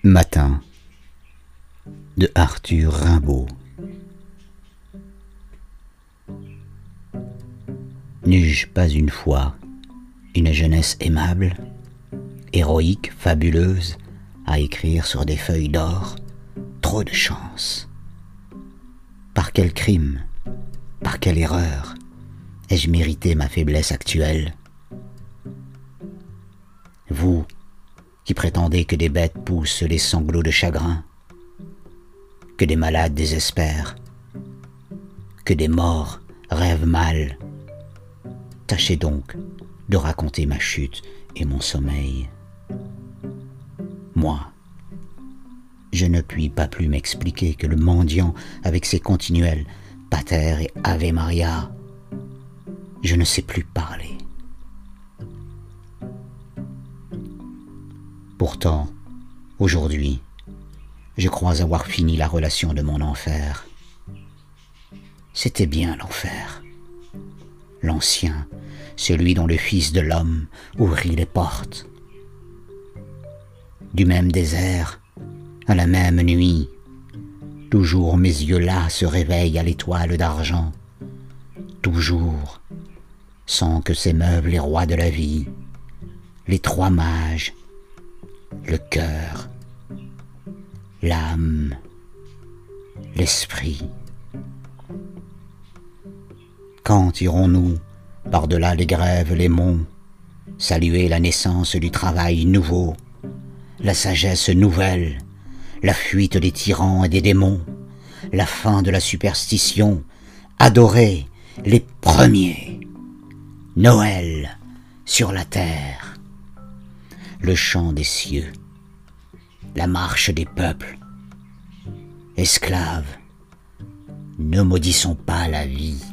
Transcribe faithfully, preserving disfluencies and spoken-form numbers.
Matin de Arthur Rimbaud. N'eus-je pas une fois une jeunesse aimable, héroïque, fabuleuse, à écrire sur des feuilles d'or? Trop de chance. Par quel crime, par quelle erreur ai-je mérité ma faiblesse actuelle? Vous, qui prétendez que des bêtes poussent les sanglots de chagrin, que des malades désespèrent, que des morts rêvent mal, tâchez donc de raconter ma chute et mon sommeil. Moi, je ne puis pas plus m'expliquer que le mendiant avec ses continuels Pater et Ave Maria. Je ne sais plus parler. Pourtant, aujourd'hui, je crois avoir fini la relation de mon enfer. C'était bien l'enfer. L'ancien, celui dont le Fils de l'homme ouvrit les portes. Du même désert, à la même nuit, toujours mes yeux là se réveillent à l'étoile d'argent. Toujours, sans que s'émeuvent les rois de la vie, les trois mages, le cœur, l'âme, l'esprit. Quand irons-nous, par-delà les grèves, les monts, saluer la naissance du travail nouveau, la sagesse nouvelle, la fuite des tyrans et des démons, la fin de la superstition, adorer les premiers, Noël sur la terre, le chant des cieux, la marche des peuples. Esclaves, ne maudissons pas la vie.